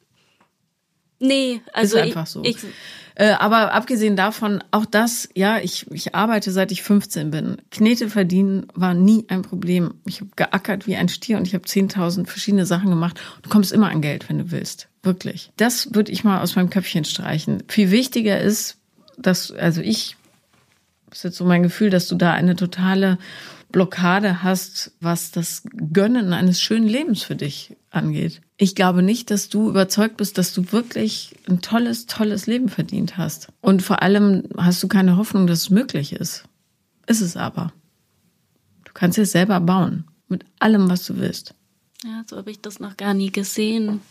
Nee, also ist einfach ich, so. ich, Äh, aber abgesehen davon, auch das, ja, ich, ich arbeite seit ich fünfzehn bin. Knete verdienen war nie ein Problem. Ich habe geackert wie ein Stier und ich habe zehntausend verschiedene Sachen gemacht. Du kommst immer an Geld, wenn du willst. Wirklich. Das würde ich mal aus meinem Köpfchen streichen. Viel wichtiger ist, dass, also ich, das ist jetzt so mein Gefühl, dass du da eine totale Blockade hast, was das Gönnen eines schönen Lebens für dich angeht. Ich glaube nicht, dass du überzeugt bist, dass du wirklich ein tolles, tolles Leben verdient hast. Und vor allem hast du keine Hoffnung, dass es möglich ist. Ist es aber. Du kannst es selber bauen. Mit allem, was du willst. ja, so habe ich das noch gar nie gesehen.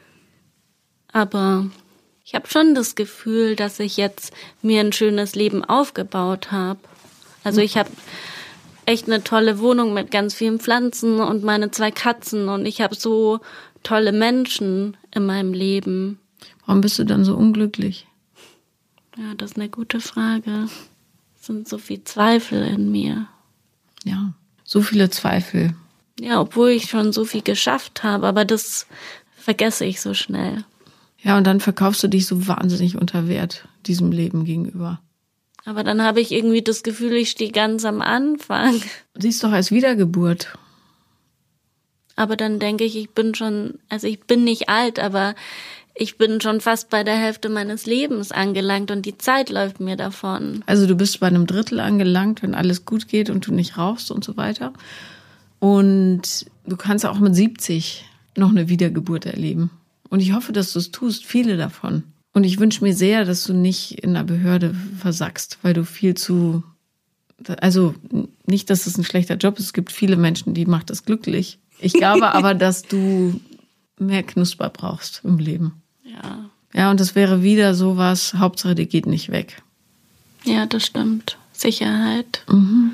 Aber ich habe schon das Gefühl, dass ich jetzt mir ein schönes Leben aufgebaut habe. Also ich habe echt eine tolle Wohnung mit ganz vielen Pflanzen und meine zwei Katzen, und ich habe so tolle Menschen in meinem Leben. Warum bist du dann so unglücklich? Ja, das ist eine gute Frage. Es sind so viele Zweifel in mir. Ja, so viele Zweifel. Ja, obwohl ich schon so viel geschafft habe, aber das vergesse ich so schnell. Ja, und dann verkaufst du dich so wahnsinnig unter Wert diesem Leben gegenüber. Aber dann habe ich irgendwie das Gefühl, ich stehe ganz am Anfang. Siehst doch als Wiedergeburt. Aber dann denke ich, ich bin schon, also ich bin nicht alt, aber ich bin schon fast bei der Hälfte meines Lebens angelangt und die Zeit läuft mir davon. Also du bist bei einem Drittel angelangt, wenn alles gut geht und du nicht rauchst und so weiter. Und du kannst auch mit siebzig noch eine Wiedergeburt erleben. Und ich hoffe, dass du es tust, viele davon. Und ich wünsche mir sehr, dass du nicht in einer Behörde versackst, weil du viel zu, also nicht, dass es ein schlechter Job ist, es gibt viele Menschen, die macht das glücklich. Ich glaube aber, dass du mehr Knusper brauchst im Leben. Ja. Ja, und das wäre wieder sowas, Hauptsache, die geht nicht weg. Ja, das stimmt. Sicherheit. Mhm.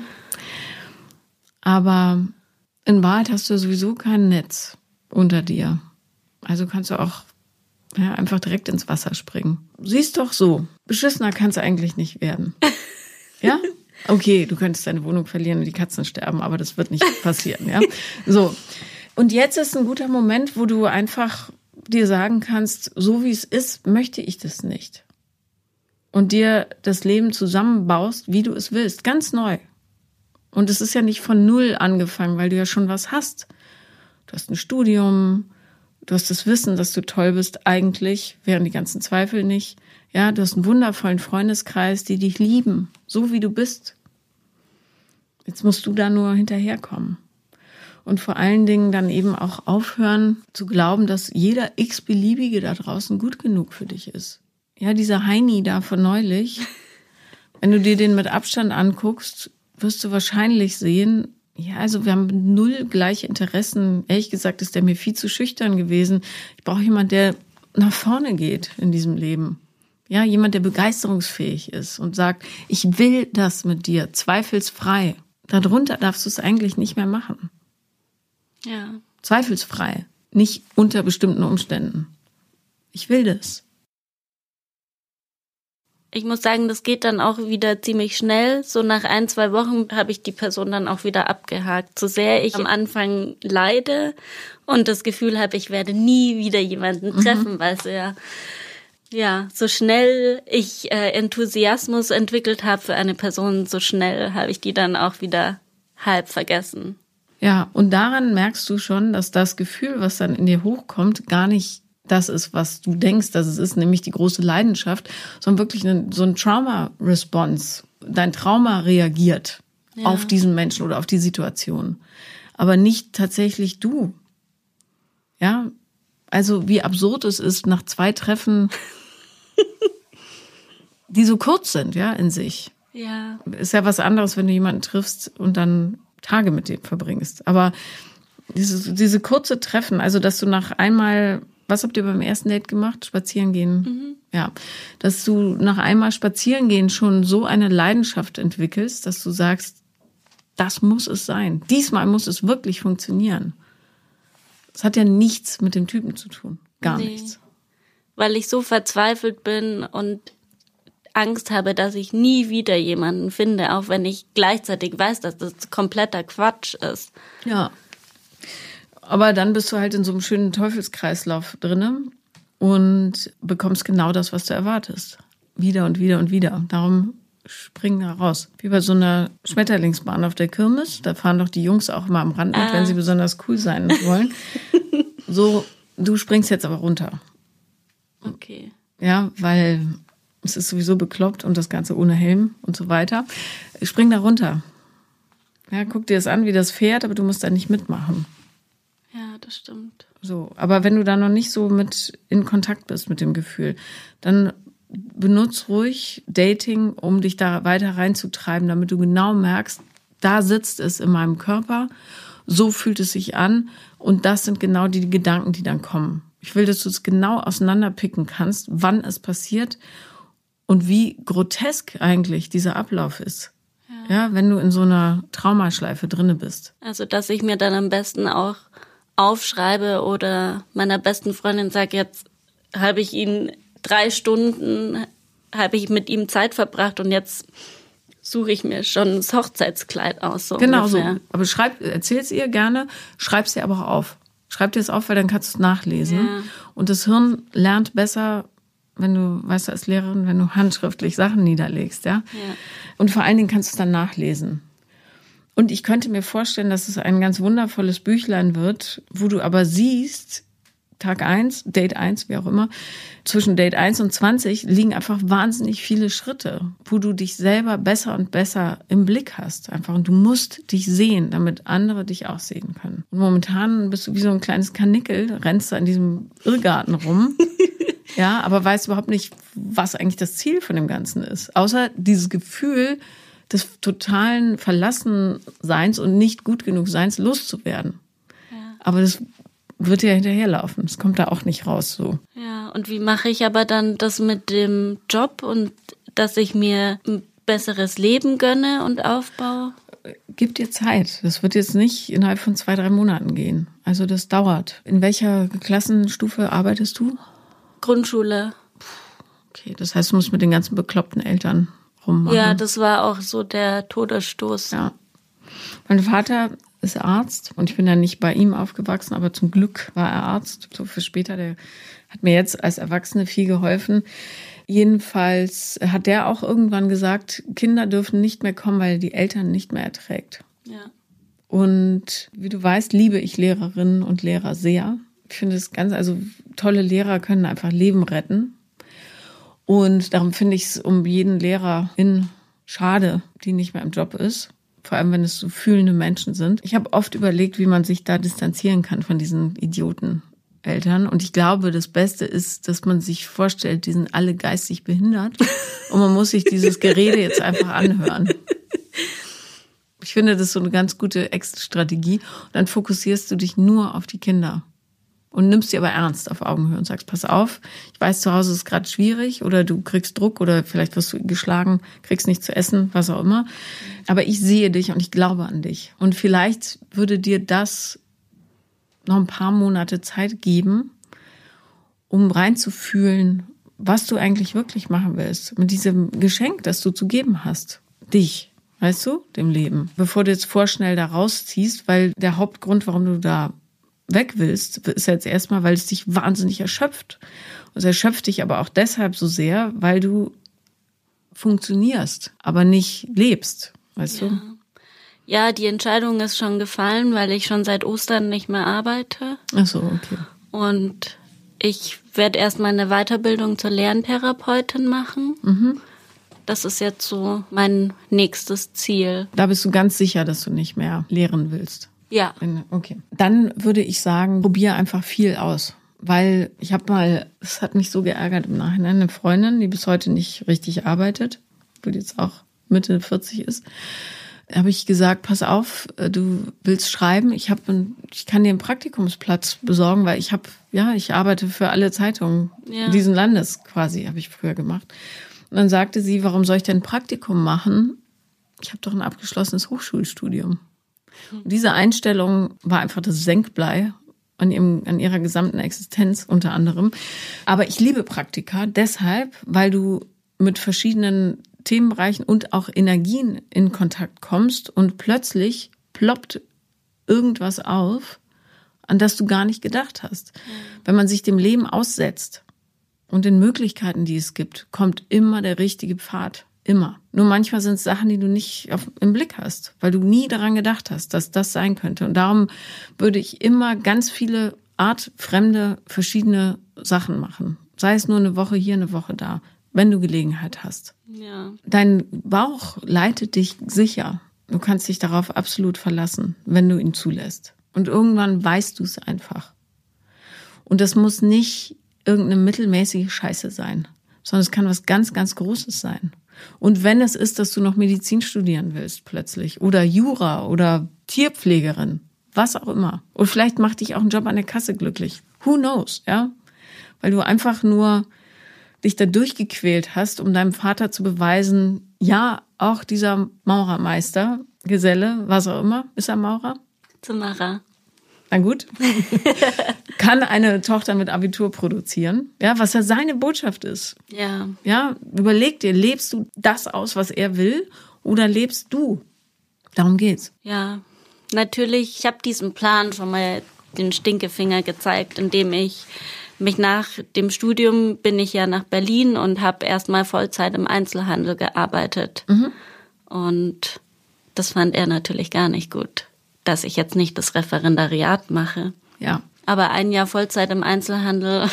Aber in Wahrheit hast du sowieso kein Netz unter dir. Also kannst du auch ja, einfach direkt ins Wasser springen. Siehst doch so, beschissener kannst du eigentlich nicht werden. Ja? Okay, du könntest deine Wohnung verlieren und die Katzen sterben, aber das wird nicht passieren, ja? So. Und jetzt ist ein guter Moment, wo du einfach dir sagen kannst, so wie es ist, möchte ich das nicht. Und dir das Leben zusammenbaust, wie du es willst, ganz neu. Und es ist ja nicht von null angefangen, weil du ja schon was hast. Du hast ein Studium, du hast das Wissen, dass du toll bist, eigentlich wären die ganzen Zweifel nicht. Ja, du hast einen wundervollen Freundeskreis, die dich lieben, so wie du bist. Jetzt musst du da nur hinterherkommen. Und vor allen Dingen dann eben auch aufhören zu glauben, dass jeder x-beliebige da draußen gut genug für dich ist. Ja, dieser Heini da von neulich, wenn du dir den mit Abstand anguckst, wirst du wahrscheinlich sehen, ja, also wir haben null gleiche Interessen. Ehrlich gesagt ist der mir viel zu schüchtern gewesen. Ich brauche jemanden, der nach vorne geht in diesem Leben. Ja, jemand, der begeisterungsfähig ist und sagt, ich will das mit dir, zweifelsfrei. Darunter darfst du es eigentlich nicht mehr machen. Ja. Zweifelsfrei, nicht unter bestimmten Umständen. Ich will das. Ich muss sagen, das geht dann auch wieder ziemlich schnell. So nach ein, zwei Wochen habe ich die Person dann auch wieder abgehakt. So sehr ich am Anfang leide und das Gefühl habe, ich werde nie wieder jemanden treffen, mhm. weil so ja, ja, so schnell ich äh, Enthusiasmus entwickelt habe für eine Person, so schnell habe ich die dann auch wieder halb vergessen. Ja, und daran merkst du schon, dass das Gefühl, was dann in dir hochkommt, gar nicht das ist, was du denkst, dass es ist, nämlich die große Leidenschaft, sondern wirklich eine, so ein Trauma-Response. Dein Trauma reagiert ja. auf diesen Menschen oder auf die Situation, aber nicht tatsächlich du. Ja, also wie absurd es ist, nach zwei Treffen, die so kurz sind, ja, in sich. Ja. Ist ja was anderes, wenn du jemanden triffst und dann Tage mit dem verbringst. Aber diese, diese kurze Treffen, also dass du nach einmal, was habt ihr beim ersten Date gemacht? Spazieren gehen? Mhm. Ja. Dass du nach einmal spazieren gehen schon so eine Leidenschaft entwickelst, dass du sagst, das muss es sein. Diesmal muss es wirklich funktionieren. Das hat ja nichts mit dem Typen zu tun. Gar nee. nichts. Weil ich so verzweifelt bin und Angst habe, dass ich nie wieder jemanden finde, auch wenn ich gleichzeitig weiß, dass das kompletter Quatsch ist. Ja. Aber dann bist du halt in so einem schönen Teufelskreislauf drinne und bekommst genau das, was du erwartest. Wieder und wieder und wieder. Darum springen da raus. Wie bei so einer Schmetterlingsbahn auf der Kirmes. Da fahren doch die Jungs auch immer am Rand mit, ah. wenn sie besonders cool sein wollen. So, du springst jetzt aber runter. Okay. Ja, weil es ist sowieso bekloppt und das Ganze ohne Helm und so weiter. Spring da runter. Ja, guck dir das an, wie das fährt, aber du musst da nicht mitmachen. Ja, das stimmt. So, aber wenn du da noch nicht so mit in Kontakt bist mit dem Gefühl, dann benutz ruhig Dating, um dich da weiter reinzutreiben, damit du genau merkst, da sitzt es in meinem Körper, so fühlt es sich an und das sind genau die Gedanken, die dann kommen. Ich will, dass du es genau auseinanderpicken kannst, wann es passiert und wie grotesk eigentlich dieser Ablauf ist. Ja, ja, wenn du in so einer Traumaschleife drinne bist. Also, dass ich mir dann am besten auch aufschreibe oder meiner besten Freundin sage, jetzt habe ich ihn drei Stunden, habe ich mit ihm Zeit verbracht und jetzt suche ich mir schon das Hochzeitskleid aus. So genau ungefähr. So. Aber schreib, erzähl's ihr gerne, schreib's dir aber auch auf. Schreib dir es auf, weil dann kannst du es nachlesen. Ja. Und das Hirn lernt besser, wenn du, weißt du, als Lehrerin, wenn du handschriftlich Sachen niederlegst, ja. ja. Und vor allen Dingen kannst du es dann nachlesen. Und ich könnte mir vorstellen, dass es ein ganz wundervolles Büchlein wird, wo du aber siehst, Tag eins, Date eins, wie auch immer, zwischen Date eins und zwanzig liegen einfach wahnsinnig viele Schritte, wo du dich selber besser und besser im Blick hast. Einfach. Und du musst dich sehen, damit andere dich auch sehen können. Und momentan bist du wie so ein kleines Karnickel, rennst da in diesem Irrgarten rum. Ja, aber weißt überhaupt nicht, was eigentlich das Ziel von dem Ganzen ist. Außer dieses Gefühl des totalen Verlassenseins und nicht gut genug Seins loszuwerden. Ja. Aber das wird ja hinterherlaufen. Das kommt da auch nicht raus so. Ja, und wie mache ich aber dann das mit dem Job und dass ich mir ein besseres Leben gönne und aufbaue? Gib dir Zeit. Das wird jetzt nicht innerhalb von zwei, drei Monaten gehen. Also das dauert. In welcher Klassenstufe arbeitest du? Grundschule. Okay, das heißt, du musst mit den ganzen bekloppten Eltern rummachen. Ja, das war auch so der Todesstoß. Ja. Mein Vater ist Arzt und ich bin ja nicht bei ihm aufgewachsen, aber zum Glück war er Arzt. So für später, der hat mir jetzt als Erwachsene viel geholfen. Jedenfalls hat der auch irgendwann gesagt, Kinder dürfen nicht mehr kommen, weil er die Eltern nicht mehr erträgt. Ja. Und wie du weißt, liebe ich Lehrerinnen und Lehrer sehr. Ich finde es ganz, also tolle Lehrer können einfach Leben retten. Und darum finde ich es um jeden Lehrerin schade, die nicht mehr im Job ist. Vor allem, wenn es so fühlende Menschen sind. Ich habe oft überlegt, wie man sich da distanzieren kann von diesen Idioten-Eltern. Und ich glaube, das Beste ist, dass man sich vorstellt, die sind alle geistig behindert. Und man muss sich dieses Gerede jetzt einfach anhören. Ich finde, das ist so eine ganz gute Exit-Strategie. Und dann fokussierst du dich nur auf die Kinder. Und nimmst sie aber ernst auf Augenhöhe und sagst, pass auf, ich weiß, zu Hause ist es gerade schwierig oder du kriegst Druck oder vielleicht wirst du geschlagen, kriegst nichts zu essen, was auch immer. Aber ich sehe dich und ich glaube an dich. Und vielleicht würde dir das noch ein paar Monate Zeit geben, um reinzufühlen, was du eigentlich wirklich machen willst. Mit diesem Geschenk, das du zu geben hast. Dich, weißt du, dem Leben. Bevor du jetzt vorschnell da rausziehst, weil der Hauptgrund, warum du da weg willst, ist jetzt erstmal, weil es dich wahnsinnig erschöpft. Und es erschöpft dich aber auch deshalb so sehr, weil du funktionierst, aber nicht lebst, weißt ja. du? Ja, die Entscheidung ist schon gefallen, weil ich schon seit Ostern nicht mehr arbeite. Ach so, okay. Und ich werde erstmal eine Weiterbildung zur Lerntherapeutin machen. Mhm. Das ist jetzt so mein nächstes Ziel. Da bist du ganz sicher, dass du nicht mehr lehren willst? Ja. Okay. Dann würde ich sagen, probier einfach viel aus. Weil ich habe mal, es hat mich so geärgert im Nachhinein, eine Freundin, die bis heute nicht richtig arbeitet, die jetzt auch Mitte vierzig ist, habe ich gesagt, pass auf, du willst schreiben, ich habe, ich kann dir einen Praktikumsplatz besorgen, weil ich habe, ja, ich arbeite für alle Zeitungen ja. diesen Landes quasi, habe ich früher gemacht. Und dann sagte sie, warum soll ich denn ein Praktikum machen? Ich habe doch ein abgeschlossenes Hochschulstudium. Und diese Einstellung war einfach das Senkblei an, ihrem, an ihrer gesamten Existenz unter anderem. Aber ich liebe Praktika deshalb, weil du mit verschiedenen Themenbereichen und auch Energien in Kontakt kommst und plötzlich ploppt irgendwas auf, an das du gar nicht gedacht hast. Mhm. Wenn man sich dem Leben aussetzt und den Möglichkeiten, die es gibt, kommt immer der richtige Pfad. Immer. Nur manchmal sind es Sachen, die du nicht auf, im Blick hast, weil du nie daran gedacht hast, dass das sein könnte. Und darum würde ich immer ganz viele artfremde, verschiedene Sachen machen. Sei es nur eine Woche hier, eine Woche da, wenn du Gelegenheit hast. Ja. Dein Bauch leitet dich sicher. Du kannst dich darauf absolut verlassen, wenn du ihn zulässt. Und irgendwann weißt du es einfach. Und das muss nicht irgendeine mittelmäßige Scheiße sein, sondern es kann was ganz, ganz Großes sein. Und wenn es ist, dass du noch Medizin studieren willst plötzlich oder Jura oder Tierpflegerin, was auch immer. Und vielleicht macht dich auch ein Job an der Kasse glücklich. Who knows, ja? Weil du einfach nur dich da durchgequält hast, um deinem Vater zu beweisen, ja, auch dieser Maurermeister, Geselle, was auch immer, ist er Maurer? Zimmerer. Na gut. Kann eine Tochter mit Abitur produzieren, ja, was ja seine Botschaft ist. Ja. Ja, überleg dir, lebst du das aus, was er will, oder lebst du? Darum geht's. Ja, natürlich, ich habe diesem Plan schon mal den Stinkefinger gezeigt, indem ich mich nach dem Studium bin ich ja nach Berlin und habe erstmal Vollzeit im Einzelhandel gearbeitet. Mhm. Und das fand er natürlich gar nicht gut, dass ich jetzt nicht das Referendariat mache. Ja. Aber ein Jahr Vollzeit im Einzelhandel.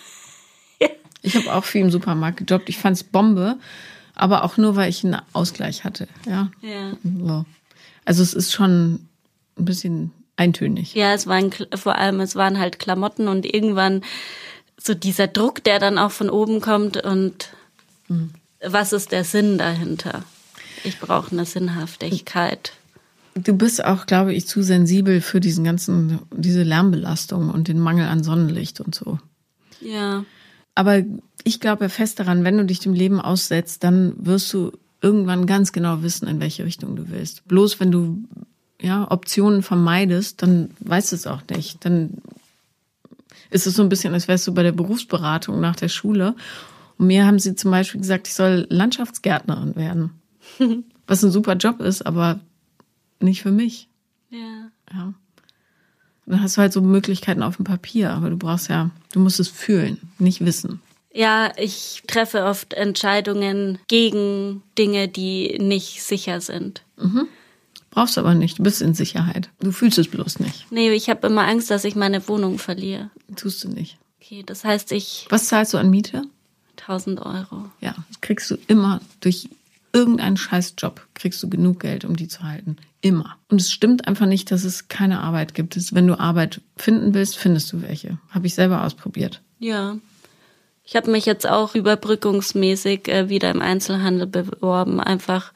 Ich habe auch viel im Supermarkt gejobbt. Ich fand's Bombe, aber auch nur, weil ich einen Ausgleich hatte. Ja. Ja. So. Also es ist schon ein bisschen eintönig. Ja, es waren vor allem, es waren halt Klamotten und irgendwann so dieser Druck, der dann auch von oben kommt und mhm. was ist der Sinn dahinter? Ich brauche eine Sinnhaftigkeit. Du bist auch, glaube ich, zu sensibel für diesen ganzen, diese Lärmbelastung und den Mangel an Sonnenlicht und so. Ja. Aber ich glaube fest daran, wenn du dich dem Leben aussetzt, dann wirst du irgendwann ganz genau wissen, in welche Richtung du willst. Bloß wenn du ja Optionen vermeidest, dann weißt du es auch nicht. Dann ist es so ein bisschen, als wärst du bei der Berufsberatung nach der Schule. Und mir haben sie zum Beispiel gesagt, ich soll Landschaftsgärtnerin werden. Was ein super Job ist, aber nicht für mich. Ja. Ja. Dann hast du halt so Möglichkeiten auf dem Papier, aber du brauchst ja, du musst es fühlen, nicht wissen. Ja, ich treffe oft Entscheidungen gegen Dinge, die nicht sicher sind. Mhm. Brauchst aber nicht, du bist in Sicherheit. Du fühlst es bloß nicht. Nee, ich habe immer Angst, dass ich meine Wohnung verliere. Tust du nicht. Okay, das heißt, ich... Was zahlst du an Miete? tausend Euro. Ja, das kriegst du immer durch irgendeinen Scheißjob, kriegst du genug Geld, um die zu halten. Immer. Und es stimmt einfach nicht, dass es keine Arbeit gibt. Wenn du Arbeit finden willst, findest du welche. Habe ich selber ausprobiert. Ja. Ich habe mich jetzt auch überbrückungsmäßig äh, wieder im Einzelhandel beworben, einfach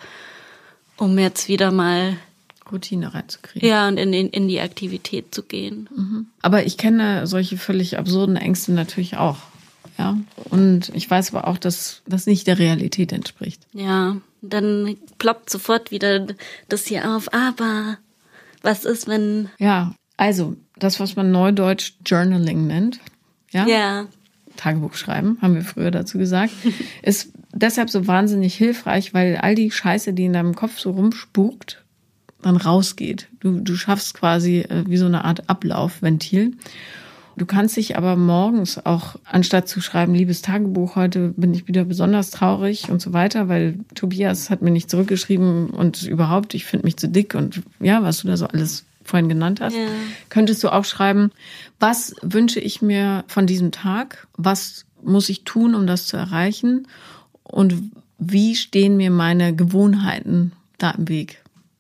um jetzt wieder mal Routine reinzukriegen. Ja, und in, in, in die Aktivität zu gehen. Mhm. Aber ich kenne solche völlig absurden Ängste natürlich auch. Ja, und ich weiß aber auch, dass das nicht der Realität entspricht. Ja, dann ploppt sofort wieder das hier auf. Aber was ist, wenn... Ja, also das, was man neudeutsch Journaling nennt. Ja. Ja. Tagebuch schreiben, haben wir früher dazu gesagt, ist deshalb so wahnsinnig hilfreich, weil all die Scheiße, die in deinem Kopf so rumspukt, dann rausgeht. Du, du schaffst quasi äh, wie so eine Art Ablaufventil. Du kannst dich aber morgens auch, anstatt zu schreiben, liebes Tagebuch, heute bin ich wieder besonders traurig und so weiter, weil Tobias hat mir nicht zurückgeschrieben und überhaupt, ich finde mich zu dick und ja, was du da so alles vorhin genannt hast, ja. Könntest du auch schreiben, was wünsche ich mir von diesem Tag, was muss ich tun, um das zu erreichen und wie stehen mir meine Gewohnheiten da im Weg,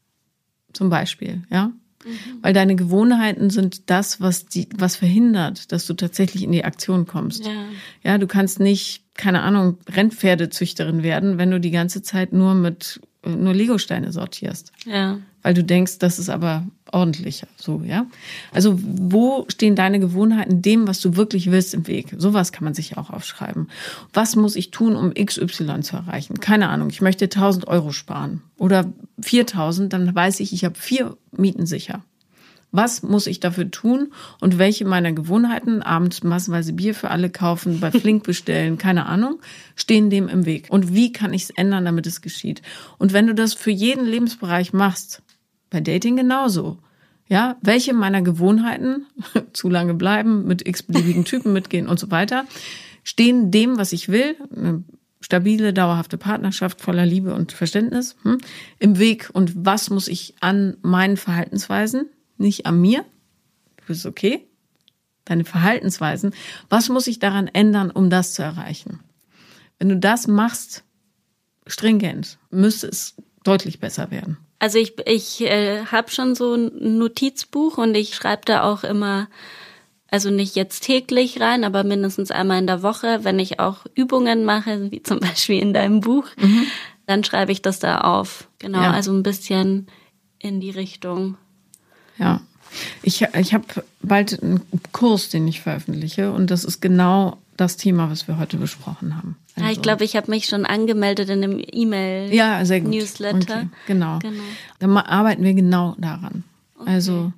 zum Beispiel, ja. Mhm. Weil deine Gewohnheiten sind das, was die, was verhindert, dass du tatsächlich in die Aktion kommst. Ja. Ja, du kannst nicht, keine Ahnung, Rennpferdezüchterin werden, wenn du die ganze Zeit nur mit, nur Legosteine sortierst. Ja. Weil du denkst, das ist aber ordentlicher, so, ja. Also, wo stehen deine Gewohnheiten dem, was du wirklich willst, im Weg? Sowas kann man sich auch aufschreiben. Was muss ich tun, um X Y zu erreichen? Keine Ahnung, ich möchte tausend Euro sparen oder viertausend, dann weiß ich, ich habe vier Mieten sicher. Was muss ich dafür tun und welche meiner Gewohnheiten, abends massenweise Bier für alle kaufen, bei Flink bestellen, keine Ahnung, stehen dem im Weg? Und wie kann ich es ändern, damit es geschieht? Und wenn du das für jeden Lebensbereich machst, bei Dating genauso. Ja, welche meiner Gewohnheiten, zu lange bleiben, mit x-beliebigen Typen mitgehen und so weiter, stehen dem, was ich will, eine stabile, dauerhafte Partnerschaft voller Liebe und Verständnis, hm, im Weg. Und was muss ich an meinen Verhaltensweisen, nicht an mir, du bist okay, deine Verhaltensweisen, was muss ich daran ändern, um das zu erreichen? Wenn du das machst, stringent, müsste es deutlich besser werden. Also ich, ich äh, habe schon so ein Notizbuch und ich schreibe da auch immer, also nicht jetzt täglich rein, aber mindestens einmal in der Woche, wenn ich auch Übungen mache, wie zum Beispiel in deinem Buch, mhm. dann schreibe ich das da auf. Genau, ja. Also ein bisschen in die Richtung. Ja, ich, ich habe bald einen Kurs, den ich veröffentliche und das ist genau das Thema, was wir heute besprochen haben. Also, ja, ich glaube, ich habe mich schon angemeldet in einem E-Mail-Newsletter. Ja, sehr gut. Okay, genau. genau. Dann arbeiten wir genau daran. Okay. Also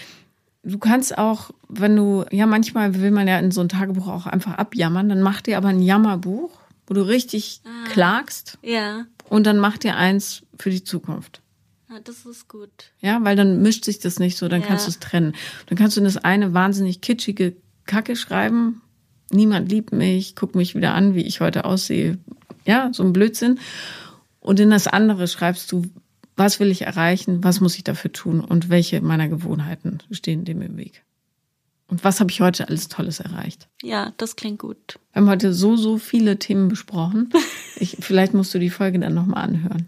du kannst auch, wenn du, ja manchmal will man ja in so ein Tagebuch auch einfach abjammern, dann mach dir aber ein Jammerbuch, wo du richtig ah, klagst. Ja. Und dann mach dir eins für die Zukunft. Ja, das ist gut. Ja, weil dann mischt sich das nicht so, dann ja. kannst du es trennen. Dann kannst du in das eine wahnsinnig kitschige Kacke schreiben. Niemand liebt mich, guck mich wieder an, wie ich heute aussehe. Ja, so ein Blödsinn. Und in das andere schreibst du, was will ich erreichen, was muss ich dafür tun und welche meiner Gewohnheiten stehen dem im Weg. Und was habe ich heute alles Tolles erreicht? Ja, das klingt gut. Wir haben heute so, so viele Themen besprochen. Ich, vielleicht musst du die Folge dann nochmal anhören.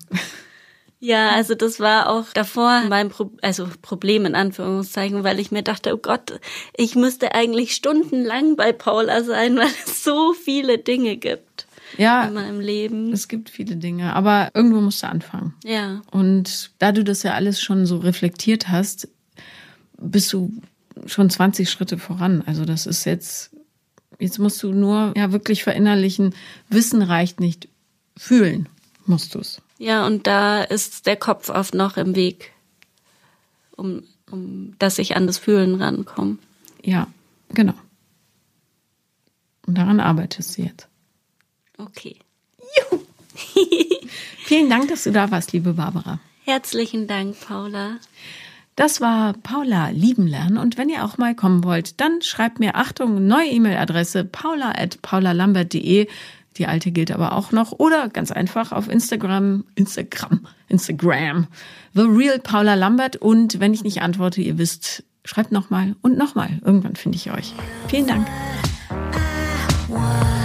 Ja, also das war auch davor mein Pro- also Problem in Anführungszeichen, weil ich mir dachte, oh Gott, ich müsste eigentlich stundenlang bei Paula sein, weil es so viele Dinge gibt ja, in meinem Leben. Es gibt viele Dinge, aber irgendwo musst du anfangen. Ja. Und da du das ja alles schon so reflektiert hast, bist du schon zwanzig Schritte voran. Also das ist jetzt, jetzt musst du nur ja wirklich verinnerlichen, Wissen reicht nicht, fühlen musst du es. Ja, und da ist der Kopf oft noch im Weg, um, um dass ich an das Fühlen rankomme. Ja, genau. Und daran arbeitest du jetzt. Okay. Juhu. Vielen Dank, dass du da warst, liebe Barbara. Herzlichen Dank, Paula. Das war Paula lieben lernen. Und wenn ihr auch mal kommen wollt, dann schreibt mir, Achtung, neue E-Mail-Adresse paula at paulalambert punkt de. Die alte gilt aber auch noch. Oder ganz einfach auf Instagram, Instagram, Instagram, The Real Paula Lambert. Und wenn ich nicht antworte, ihr wisst, schreibt nochmal und nochmal. Irgendwann finde ich euch. Vielen Dank.